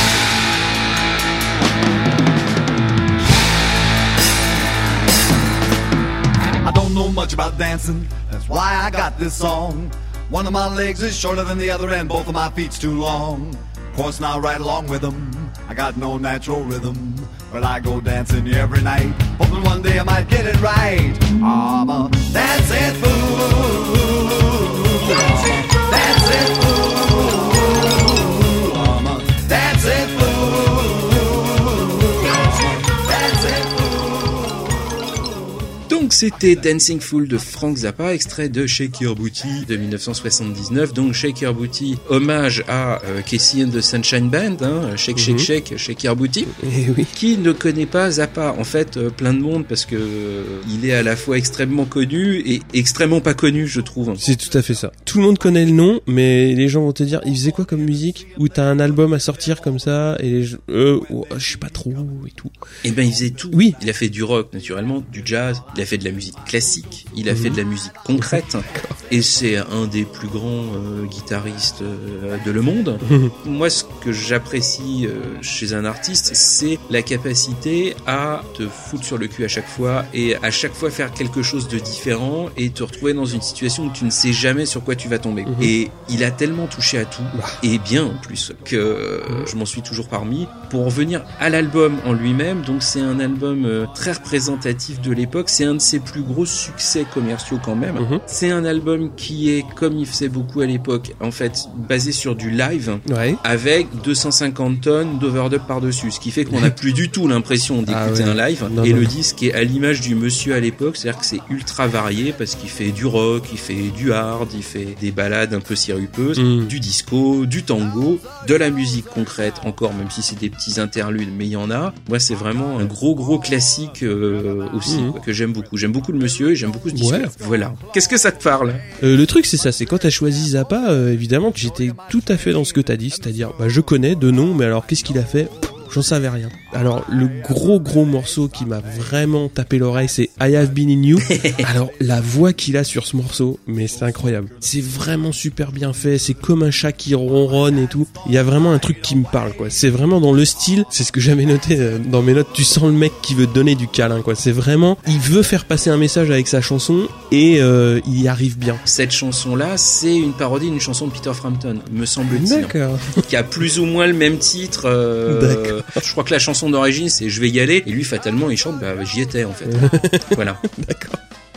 I don't know much about dancing, that's why I got this song. One of my legs is shorter than the other and both of my feet's too long. Of course now right along with them, I got no natural rhythm. But I go dancing every night, hoping one day I might get it right. I'm a dancing fool, dancing fool, I'm a dancing fool, dancing fool. Donc c'était Dancing Fool de Frank Zappa, extrait de Shake Your Booty de dix-neuf cent soixante-dix-neuf. Donc Shake Your Booty, hommage à euh, Casey and the Sunshine Band, hein, Shake Shake mm-hmm. Shake Shake Your Booty. Et oui. Qui ne connaît pas Zappa? En fait, euh, plein de monde, parce que euh, il est à la fois extrêmement connu et extrêmement pas connu, je trouve. C'est tout à fait ça. Tout le monde connaît le nom, mais les gens vont te dire, il faisait quoi comme musique? Ou t'as un album à sortir comme ça, et les gens, euh, oh, je sais pas trop, et tout. Eh ben, il faisait tout. Oui. Il a fait du rock, naturellement, du jazz, il a fait de la musique classique, il a mmh. fait de la musique concrète, et c'est un des plus grands euh, guitaristes euh, de le monde. Mmh. Moi, ce que j'apprécie euh, chez un artiste, c'est la capacité à te foutre sur le cul à chaque fois, et à chaque fois faire quelque chose de différent, et te retrouver dans une situation où tu ne sais jamais sur quoi tu vas tomber. Mmh. Et il a tellement touché à tout, bah. et bien en plus, que euh, mmh. je m'en suis toujours parmi. Pour revenir à l'album en lui-même, donc c'est un album euh, très représentatif de l'époque, c'est un de ses plus gros succès commerciaux quand même. Mmh. C'est un album qui est, comme il faisait beaucoup à l'époque, en fait, basé sur du live, ouais. avec deux cent cinquante tonnes d'overdub par-dessus, ce qui fait qu'on n'a plus du tout l'impression d'écouter ah ouais. un live, non, et non. le disque est à l'image du monsieur à l'époque, c'est-à-dire que c'est ultra varié, parce qu'il fait du rock, il fait du hard, il fait des ballades un peu sirupeuses, mmh. du disco, du tango, de la musique concrète encore, même si c'est des petits interludes, mais il y en a. Moi, c'est vraiment un gros gros classique euh, aussi, mmh. quoi, que j'aime beaucoup. J'aime beaucoup le monsieur et j'aime beaucoup ce disque. Ouais. Voilà. Qu'est-ce que ça te parle? euh, Le truc, c'est ça, c'est quand t'as choisi Zappa, euh, évidemment que j'étais tout à fait dans ce que t'as dit, c'est-à-dire, bah, je connais de nom, mais alors qu'est-ce qu'il a fait? J'en savais rien. Alors, le gros gros morceau qui m'a vraiment tapé l'oreille, c'est I Have Been In You. Alors, la voix qu'il a sur ce morceau, mais c'est incroyable. C'est vraiment super bien fait, c'est comme un chat qui ronronne et tout. Il y a vraiment un truc qui me parle, quoi. C'est vraiment dans le style, c'est ce que j'avais noté dans mes notes, tu sens le mec qui veut te donner du câlin, quoi. C'est vraiment, il veut faire passer un message avec sa chanson, et euh, il y arrive bien. Cette chanson-là, c'est une parodie d'une chanson de Peter Frampton, me semble-t-il. D'accord. Qui a plus ou moins le même titre. Euh, D'accord. Je crois que la chanson d'origine c'est Je vais y aller, et lui fatalement il chante bah j'y étais en fait. Voilà. D'accord.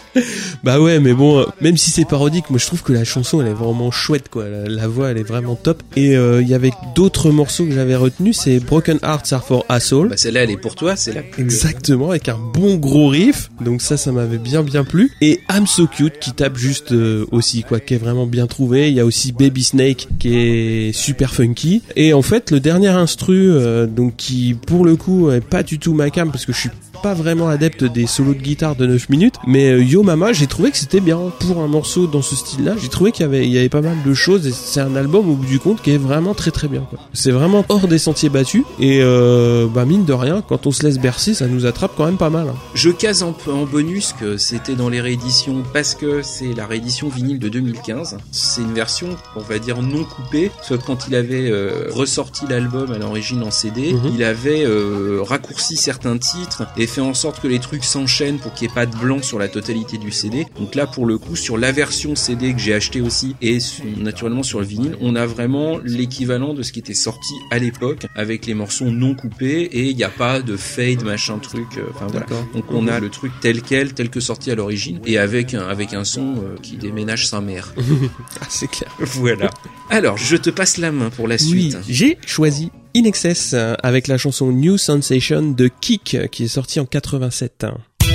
Bah ouais, mais bon, euh, même si c'est parodique, moi je trouve que la chanson elle est vraiment chouette, quoi. La, la voix elle est vraiment top. Et il euh, y avait d'autres morceaux que j'avais retenus, c'est Broken Hearts Are For Asshole. Bah celle-là elle est pour toi, c'est la plus... Exactement, avec un bon gros riff. Donc ça, ça m'avait bien bien plu. Et I'm So Cute qui tape juste euh, aussi, quoi, qui est vraiment bien trouvé. Il y a aussi Baby Snake qui est super funky. Et en fait, le dernier instru, euh, donc qui pour le coup est pas du tout ma cam, parce que je suis pas vraiment adepte des solos de guitare de neuf minutes, mais euh, Yo Mama, j'ai trouvé que c'était bien pour un morceau dans ce style-là. J'ai trouvé qu'il y avait, il y avait pas mal de choses, et c'est un album au bout du compte qui est vraiment très très bien, quoi. C'est vraiment hors des sentiers battus, et euh, bah mine de rien, quand on se laisse bercer, ça nous attrape quand même pas mal, hein. Je case en, en bonus que c'était dans les rééditions, parce que c'est la réédition vinyle de deux mille quinze. C'est une version, on va dire, non coupée, soit quand il avait euh, ressorti l'album à l'origine en C D, mm-hmm. il avait euh, raccourci certains titres et fait en sorte que les trucs s'enchaînent pour qu'il n'y ait pas de blanc sur la totalité du C D. Donc là, pour le coup, sur la version C D que j'ai acheté aussi, et naturellement sur le vinyle, on a vraiment l'équivalent de ce qui était sorti à l'époque, avec les morceaux non coupés, et il n'y a pas de fade, machin truc, enfin voilà. Donc on a le truc tel quel, tel que sorti à l'origine, et avec un, avec un son euh, qui déménage sa mère. Ah, c'est clair. Voilà. Alors, je te passe la main pour la suite. Oui, j'ai choisi In Excess avec la chanson New Sensation de Kick qui est sortie en quatre-vingt-sept.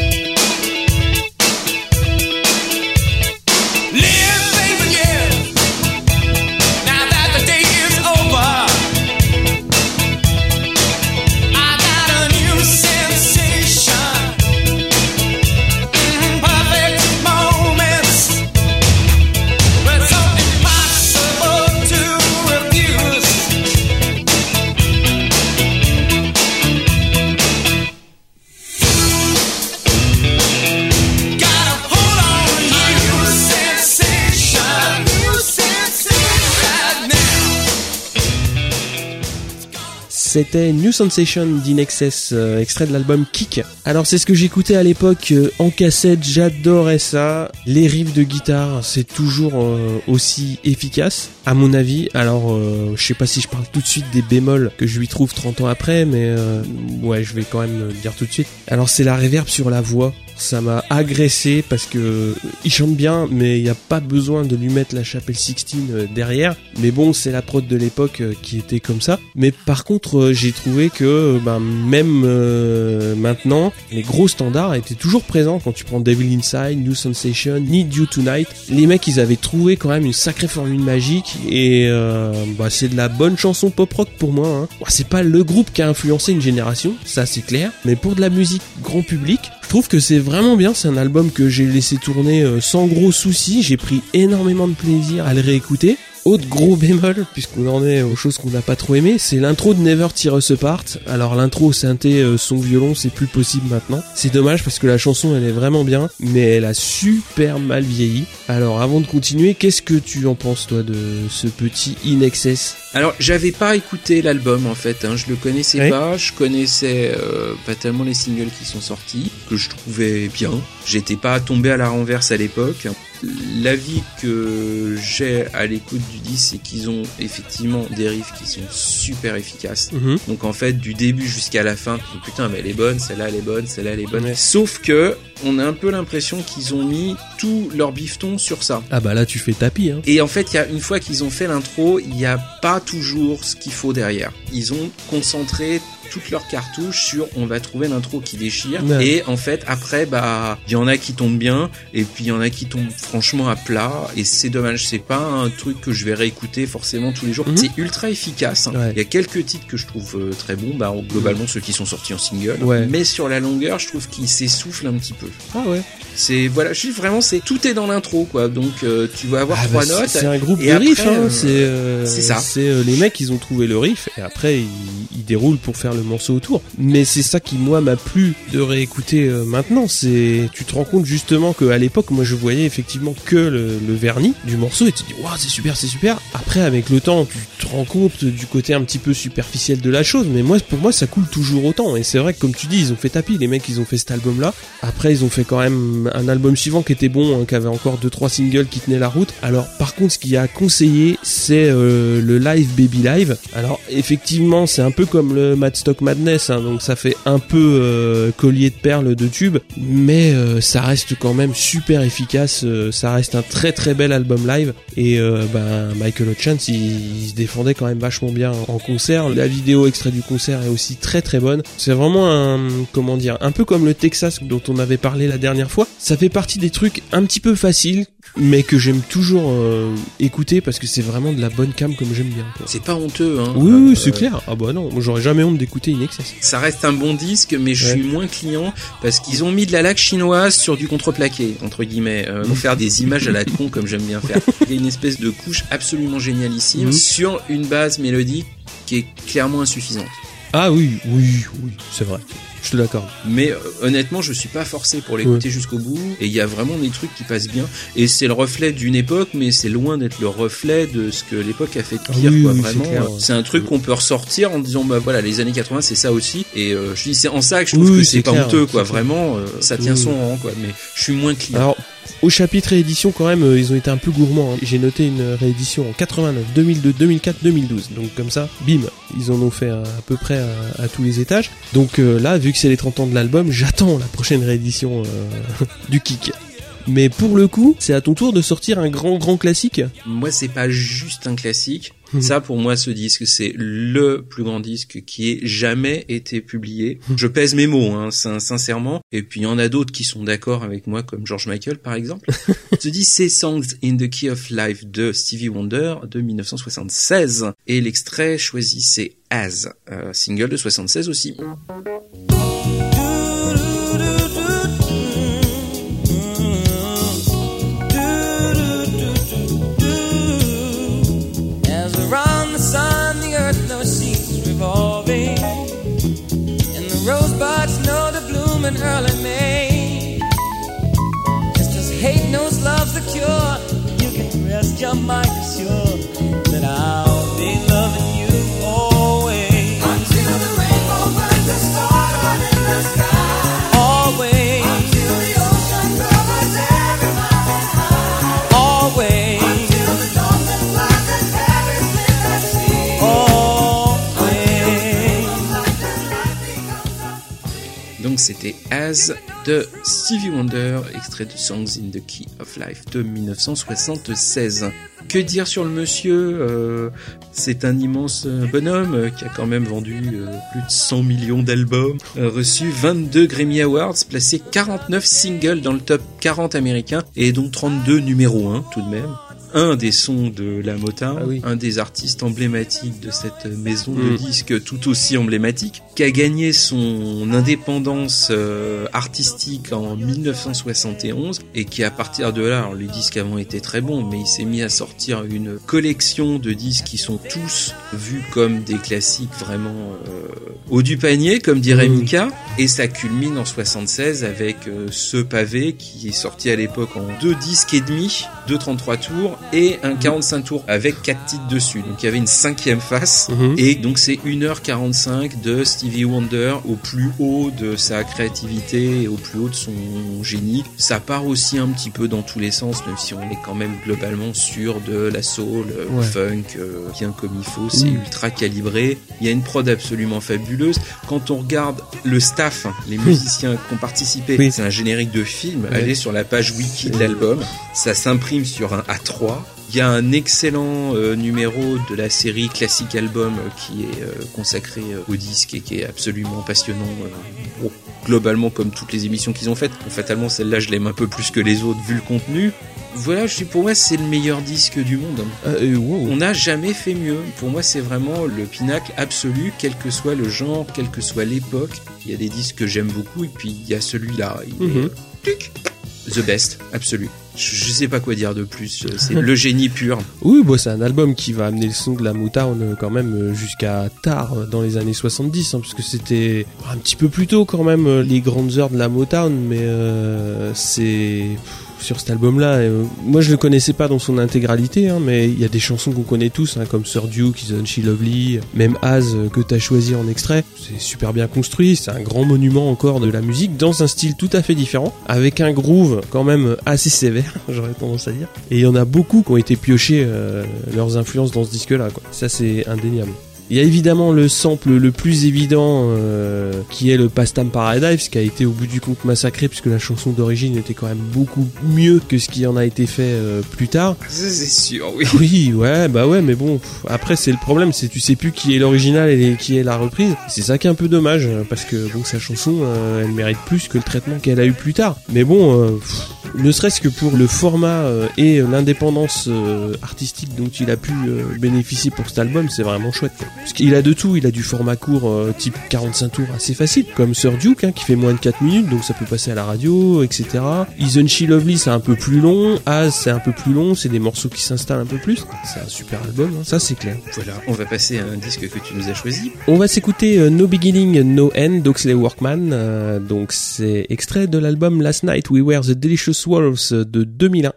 C'était New Sensation d'In Excess, euh, extrait de l'album Kick. Alors c'est ce que j'écoutais à l'époque euh, en cassette, j'adorais ça. Les riffs de guitare, c'est toujours euh, aussi efficace, à mon avis. Alors euh, je sais pas si je parle tout de suite des bémols que je lui trouve trente ans après, mais euh, ouais, je vais quand même le dire tout de suite. Alors c'est la reverb sur la voix. ça m'a agressé parce que il chante bien, mais il n'y a pas besoin de lui mettre la chapelle Sixteen derrière. Mais bon, c'est la prod de l'époque qui était comme ça. Mais par contre, j'ai trouvé que ben, même euh, maintenant, les gros standards étaient toujours présents quand tu prends Devil Inside, New Sensation, Need You Tonight. Les mecs, ils avaient trouvé quand même une sacrée formule magique et euh, bah, c'est de la bonne chanson pop-rock pour moi. Hein. Bon, c'est pas le groupe qui a influencé une génération, ça c'est clair. Mais pour de la musique grand public, je trouve que c'est vraiment bien. C'est un album que j'ai laissé tourner euh, sans gros soucis. J'ai pris énormément de plaisir à le réécouter. Autre gros bémol, puisqu'on en est aux choses qu'on n'a pas trop aimées, c'est l'intro de Never Tear Us Apart. Alors l'intro au synthé, euh, son violon, c'est plus possible maintenant. C'est dommage parce que la chanson, elle est vraiment bien, mais elle a super mal vieilli. Alors avant de continuer, qu'est-ce que tu en penses toi de ce petit In Excess ? Alors j'avais pas écouté l'album en fait, hein. Je le connaissais ouais. pas, je connaissais euh, pas tellement les singles qui sont sortis, que je trouvais bien. J'étais pas tombé à la renverse à l'époque. L'avis que j'ai à l'écoute du disque, c'est qu'ils ont effectivement des riffs qui sont super efficaces. Mm-hmm. Donc en fait, du début jusqu'à la fin, tu dis putain, mais elle est bonne, celle-là elle est bonne, celle-là elle est bonne. Ouais. Sauf que on a un peu l'impression qu'ils ont mis tout leur bifton sur ça. Ah bah là tu fais tapis. Hein. Et en fait, il y a une fois qu'ils ont fait l'intro, il n'y a pas toujours ce qu'il faut derrière. Ils ont concentré toutes leurs cartouches sur on va trouver l'intro qui déchire ouais. Et en fait après bah il y en a qui tombent bien et puis il y en a qui tombent franchement à plat et c'est dommage, c'est pas un truc que je vais réécouter forcément tous les jours. Mmh. C'est ultra efficace, hein. Ouais. Il y a quelques titres que je trouve euh, très bons, bah globalement mmh. ceux qui sont sortis en single, ouais. Mais sur la longueur je trouve qu'ils s'essoufflent un petit peu. Ah ouais. C'est voilà, je suis vraiment c'est tout est dans l'intro quoi. Donc euh, tu vas avoir ah trois bah, notes. C'est un groupe de riff, hein. euh, c'est euh, c'est ça. C'est euh, les mecs ils ont trouvé le riff et après ils, ils déroulent pour faire le morceau autour. Mais c'est ça qui moi m'a plu de réécouter euh, maintenant. C'est tu te rends compte justement que à l'époque moi je voyais effectivement que le, le vernis du morceau et tu te dis waouh c'est super c'est super. Après avec le temps tu te rends compte du côté un petit peu superficiel de la chose. Mais moi pour moi ça coule toujours autant et c'est vrai que comme tu dis ils ont fait tapis les mecs ils ont fait cet album là. Après ils ont fait quand même un album suivant qui était bon, hein, qui avait encore deux trois singles qui tenaient la route. Alors par contre ce qu'il a conseillé c'est euh, le Live Baby Live. Alors effectivement c'est un peu comme le Madstock Madness, hein, donc ça fait un peu euh, collier de perles de tubes, mais euh, ça reste quand même super efficace. Euh, ça reste un très très bel album live et euh, ben Michael Hutchence il, il se défendait quand même vachement bien en concert. La vidéo extrait du concert est aussi très très bonne. C'est vraiment un comment dire un peu comme le Texas dont on avait parlé la dernière fois. Ça fait partie des trucs un petit peu faciles mais que j'aime toujours euh, écouter parce que c'est vraiment de la bonne cam comme j'aime bien quoi. C'est pas honteux hein. Oui, oui euh, c'est clair. Ah bah non, moi j'aurais jamais honte d'écouter In Excess. Ça reste un bon disque mais je ouais. suis moins client parce qu'ils ont mis de la laque chinoise sur du contreplaqué entre guillemets euh, pour faire des images à la con comme j'aime bien faire. Il y a une espèce de couche absolument génialissime mmh. sur une base mélodique qui est clairement insuffisante. Ah oui, oui, oui, c'est vrai. Je te l'accorde. Mais euh, honnêtement, je suis pas forcé pour l'écouter ouais. jusqu'au bout. Et il y a vraiment des trucs qui passent bien. Et c'est le reflet d'une époque, mais c'est loin d'être le reflet de ce que l'époque a fait de pire. Oui, quoi. oui, vraiment, c'est, clair, euh, ouais. c'est un truc qu'on peut ressortir en disant bah voilà, les années quatre-vingts, c'est ça aussi. Et euh, je dis c'est en ça que je trouve oui, que c'est, c'est pas clair, honteux, c'est quoi. clair. Vraiment, euh, ça tient oui. son rang, quoi. Mais je suis moins client. Alors, au chapitre réédition, quand même, euh, ils ont été un peu gourmands. Hein. J'ai noté une réédition en quatre-vingt-neuf, deux mille deux, deux mille quatre, deux mille douze. Donc comme ça, bim, ils en ont fait à, à peu près à, à tous les étages. Donc euh, là, vu que c'est les trente ans de l'album, j'attends la prochaine réédition euh, du Kick. Mais pour le coup, c'est à ton tour de sortir un grand grand classique. Moi, c'est pas juste un classique. Mmh. Ça, pour moi, ce disque, c'est le plus grand disque qui ait jamais été publié. Mmh. Je pèse mes mots, hein, sincèrement. Et puis, il y en a d'autres qui sont d'accord avec moi, comme George Michael, par exemple. Ce disque, c'est Songs in the Key of Life de Stevie Wonder de dix-neuf cent soixante-seize. Et l'extrait choisi, c'est As, euh, single de soixante-seize aussi. In early May, just as hate knows love's the cure, you can rest your mind assured that I'll be loving you always until the rainbow burns the stars in the sky. Always until the ocean covers every mountain high. Always until the dolphin flies and everything I see. Always. Donc c'était As de Stevie Wonder, extrait de Songs in the Key of Life de dix-neuf cent soixante-seize. Que dire sur le monsieur, euh, c'est un immense bonhomme euh, qui a quand même vendu euh, plus de cent millions d'albums, euh, reçu vingt-deux Grammy Awards, placé quarante-neuf singles dans le top quarante américain et dont trente-deux numéro un tout de même. Un des sons de la Motown, ah oui. un des artistes emblématiques de cette maison de mmh. disques tout aussi emblématique, qui a gagné son indépendance euh, artistique en dix-neuf cent soixante et onze et qui à partir de là, alors les disques avant étaient très bons, mais il s'est mis à sortir une collection de disques qui sont tous vus comme des classiques vraiment euh, haut du panier, comme dirait mmh. Mika, et ça culmine en soixante-seize avec euh, ce pavé qui est sorti à l'époque en deux disques et demi, deux trente-trois tours, et un quarante-cinq tours avec quatre titres dessus. Donc il y avait une cinquième face mmh. et donc c'est une heure quarante-cinq de Stevie Wonder au plus haut de sa créativité et au plus haut de son génie. Ça part aussi un petit peu dans tous les sens, même si on est quand même globalement sur de la soul, ouais. funk, euh, bien comme il faut, c'est mmh. ultra calibré. Il y a une prod absolument fabuleuse. Quand on regarde le staff, les musiciens qui ont participé, oui. c'est un générique de film. Ouais. Allez sur la page wiki de l'album, ça s'imprime sur un A trois. Il y a un excellent euh, numéro de la série Classic Album euh, qui est euh, consacré euh, au disque et qui est absolument passionnant. Euh, bon, globalement, comme toutes les émissions qu'ils ont faites. Fatalement, celle-là, je l'aime un peu plus que les autres vu le contenu. Voilà, je suis pour moi, c'est le meilleur disque du monde. Euh, wow. On n'a jamais fait mieux. Pour moi, c'est vraiment le pinacle absolu, quel que soit le genre, quelle que soit l'époque. Il y a des disques que j'aime beaucoup et puis il y a celui-là. Il mm-hmm. est... Tuc The best, absolu. Je, je sais pas quoi dire de plus, c'est le génie pur. Oui, bah, c'est un album qui va amener le son de la Motown quand même jusqu'à tard dans les années soixante-dix, hein, parce que c'était un petit peu plus tôt quand même les grandes heures de la Motown, mais euh, c'est... sur cet album-là, euh, moi je le connaissais pas dans son intégralité, hein, mais il y a des chansons qu'on connaît tous, hein, comme Sir Duke, Isn't She Lovely, même Az euh, que t'as choisi en extrait. C'est super bien construit, c'est un grand monument encore de la musique dans un style tout à fait différent, avec un groove quand même assez sévère, j'aurais tendance à dire. Et il y en a beaucoup qui ont été piochés euh, leurs influences dans ce disque-là, quoi. Ça c'est indéniable. Il y a évidemment le sample le plus évident euh, qui est le Pastime Paradise, qui a été au bout du compte massacré puisque la chanson d'origine était quand même beaucoup mieux que ce qui en a été fait euh, plus tard. C'est sûr, oui. Oui, ouais, bah ouais, mais bon, pff, après c'est le problème, c'est tu sais plus qui est l'original et qui est la reprise. C'est ça qui est un peu dommage parce que bon, sa chanson, euh, elle mérite plus que le traitement qu'elle a eu plus tard. Mais bon, euh, pff, ne serait-ce que pour le format euh, et l'indépendance euh, artistique dont il a pu euh, bénéficier pour cet album, c'est vraiment chouette. Parce qu'il a de tout, il a du format court euh, type quarante-cinq tours assez facile, comme Sir Duke hein, qui fait moins de quatre minutes, donc ça peut passer à la radio, et cetera. Isn't She Lovely, c'est un peu plus long, Az c'est un peu plus long, c'est des morceaux qui s'installent un peu plus. C'est un super album, hein, ça c'est clair. Voilà, on va passer à un disque que tu nous as choisi. On va s'écouter euh, No Beginning, No End d'Oxley Workman, euh, donc c'est extrait de l'album Last Night We Were the Delicious Wolves de deux mille un.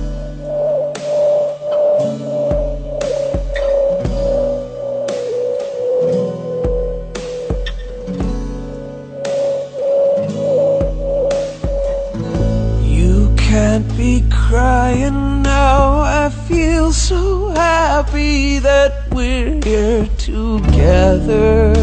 Can't be crying now, I feel so happy that we're here together.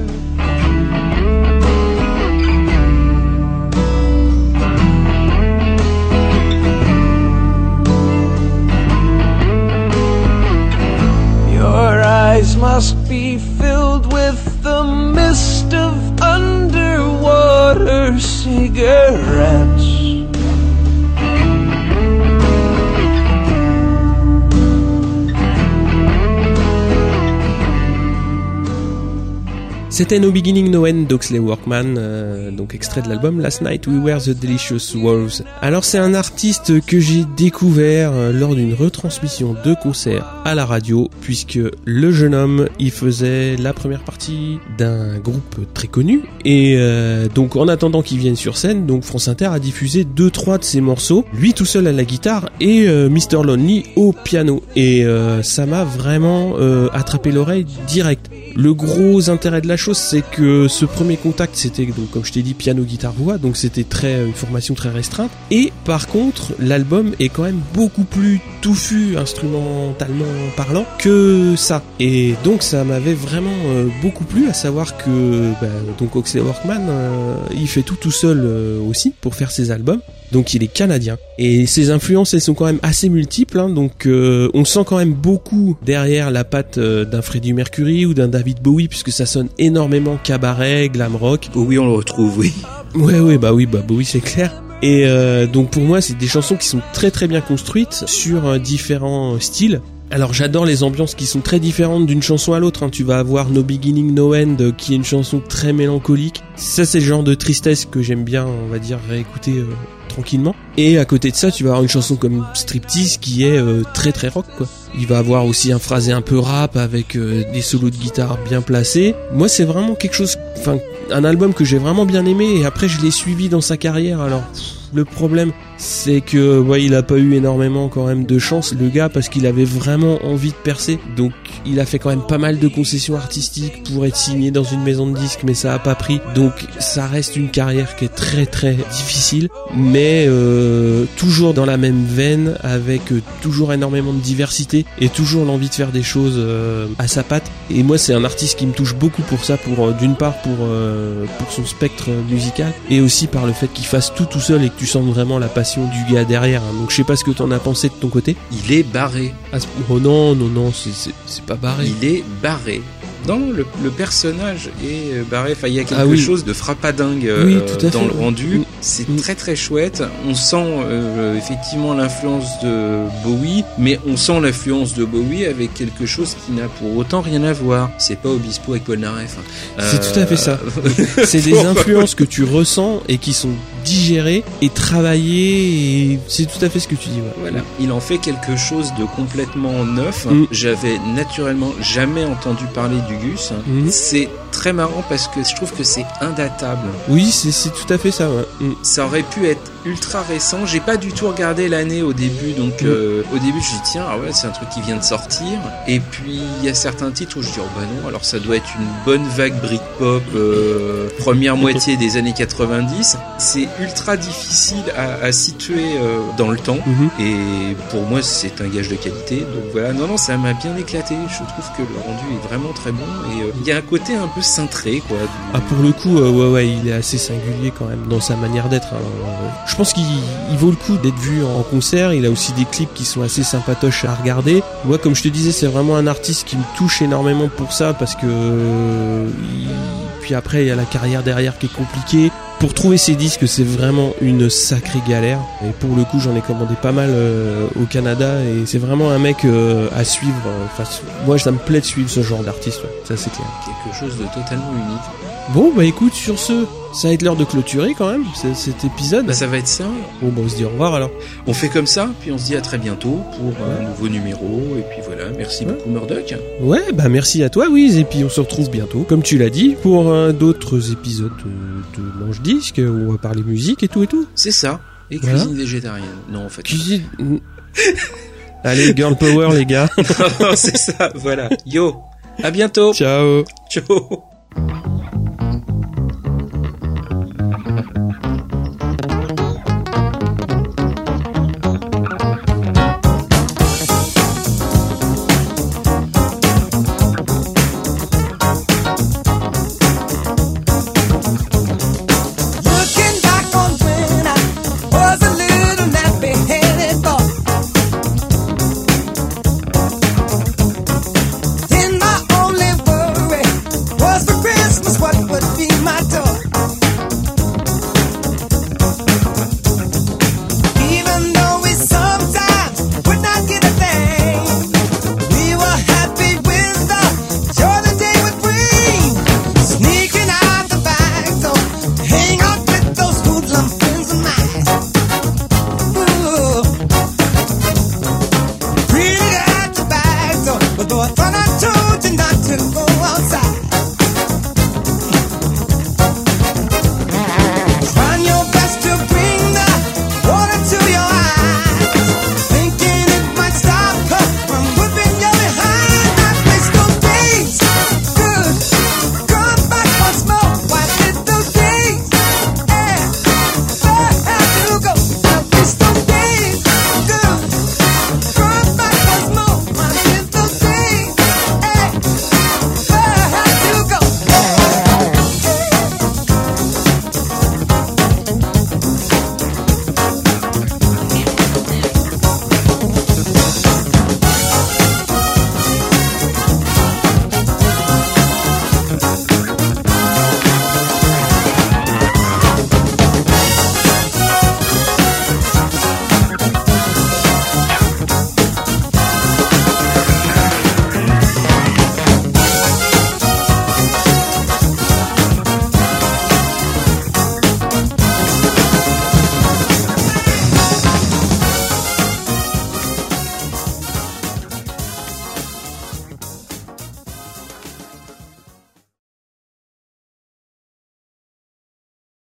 Your eyes must be filled with the mist of underwater cigarettes. C'était No Beginning No End d'Oxley Workman, euh, donc extrait de l'album Last Night We Were the Delicious Wolves. Alors c'est un artiste que j'ai découvert euh, lors d'une retransmission de concert à la radio, puisque le jeune homme il faisait la première partie d'un groupe très connu, et euh, donc en attendant qu'il vienne sur scène, donc France Inter a diffusé deux trois de ses morceaux, lui tout seul à la guitare et euh, mister Lonely au piano, et euh, ça m'a vraiment euh, attrapé l'oreille direct. Le gros intérêt de la chose, c'est que ce premier contact, c'était donc comme je t'ai dit piano, guitare, voix, donc c'était très une formation très restreinte. Et par contre, l'album est quand même beaucoup plus touffu instrumentalement parlant que ça. Et donc ça m'avait vraiment euh, beaucoup plu, à savoir que bah, donc Oxley Workman, euh, il fait tout tout seul euh, aussi pour faire ses albums. Donc il est canadien. Et ses influences, elles sont quand même assez multiples. Hein, donc euh, on sent quand même beaucoup derrière la patte euh, d'un Freddie Mercury ou d'un David Bowie, puisque ça sonne énormément cabaret, glam rock. Bowie, on le retrouve, oui. Ouais, ouais, bah oui, bah Bowie, c'est clair. Et euh, donc pour moi, c'est des chansons qui sont très très bien construites sur euh, différents styles. Alors j'adore les ambiances qui sont très différentes d'une chanson à l'autre, hein. Tu vas avoir No Beginning, No End, euh, qui est une chanson très mélancolique. Ça, c'est le genre de tristesse que j'aime bien, on va dire, réécouter euh, tranquillement. Et à côté de ça, tu vas avoir une chanson comme Striptease qui est euh, très très rock, quoi. Il va avoir aussi un phrasé un peu rap avec euh, des solos de guitare bien placés. Moi, c'est vraiment quelque chose, enfin, un album que j'ai vraiment bien aimé, et après je l'ai suivi dans sa carrière. Alors pff, le problème, c'est que ouais, il a pas eu énormément quand même de chance, le gars, parce qu'il avait vraiment envie de percer. Donc il a fait quand même pas mal de concessions artistiques pour être signé dans une maison de disques, mais ça a pas pris. Donc ça reste une carrière qui est très très difficile, mais euh, toujours dans la même veine, avec euh, toujours énormément de diversité et toujours l'envie de faire des choses euh, à sa patte. Et moi, c'est un artiste qui me touche beaucoup pour ça, pour euh, d'une part pour euh, pour son spectre musical, et aussi par le fait qu'il fasse tout tout seul et que tu sens vraiment la passion du gars derrière. Hein. Donc je sais pas ce que t'en as pensé de ton côté. Il est barré. Ah, oh non non non, c'est c'est, c'est pas barré. Il est barré. Non, le, le personnage est barré. Enfin, il y a quelque ah oui. chose de frappadingue euh, oui, tout à dans fait. le rendu. Mm. C'est mm. très très chouette. On sent euh, effectivement l'influence de Bowie, mais on sent l'influence de Bowie avec quelque chose qui n'a pour autant rien à voir. C'est pas Obispo avec Polnareff. Euh... C'est tout à fait ça. C'est des influences que tu ressens et qui sont digérées et travaillées. Et c'est tout à fait ce que tu dis. Ouais. Voilà. Il en fait quelque chose de complètement neuf. Mm. J'avais naturellement jamais entendu parler du Gus. Mmh. C'est très marrant parce que je trouve que c'est indatable. Oui, c'est, c'est tout à fait ça. Ouais. Mmh. Ça aurait pu être ultra récent. J'ai pas du tout regardé l'année au début, donc mmh. euh, au début je dis tiens, ah ouais, c'est un truc qui vient de sortir. Et puis il y a certains titres où je dis oh bah non, alors ça doit être une bonne vague Britpop euh, première moitié des années quatre-vingt-dix. C'est ultra difficile à, à situer euh, dans le temps. Mmh. Et pour moi c'est un gage de qualité. Donc voilà, non non, ça m'a bien éclaté. Je trouve que le rendu est vraiment très bon. Et il euh, y a un côté un peu cintré, quoi. Du... Ah, pour le coup, euh, ouais, ouais, il est assez singulier quand même dans sa manière d'être. Hein. Je pense qu'il il vaut le coup d'être vu en concert. Il a aussi des clips qui sont assez sympatoches à regarder. Moi, comme je te disais, c'est vraiment un artiste qui me touche énormément pour ça, parce que euh, il... puis après, il y a la carrière derrière qui est compliquée. Pour trouver ces disques, c'est vraiment une sacrée galère. Et pour le coup, j'en ai commandé pas mal euh, au Canada, et c'est vraiment un mec euh, à suivre. Enfin, moi, ça me plaît de suivre ce genre d'artiste. Ouais. Ça, c'est clair. Quelque chose de totalement unique. Bon, bah écoute, sur ce, ça va être l'heure de clôturer quand même c- cet épisode. Bah, ça va être ça. Bon, bah on se dit au revoir alors. On fait comme ça, puis on se dit à très bientôt pour ouais. un nouveau numéro. Et puis voilà, merci ouais. beaucoup Murdoch. Ouais, bah merci à toi, Wiz. Et puis on se retrouve bientôt, comme tu l'as dit, pour euh, d'autres épisodes de, de Manche Disque où on va parler musique et tout et tout. C'est ça. Et voilà. Cuisine végétarienne. Non, en fait. Cuisine. Allez, girl power les gars. Non, c'est ça. Voilà. Yo. À bientôt. Ciao. Ciao.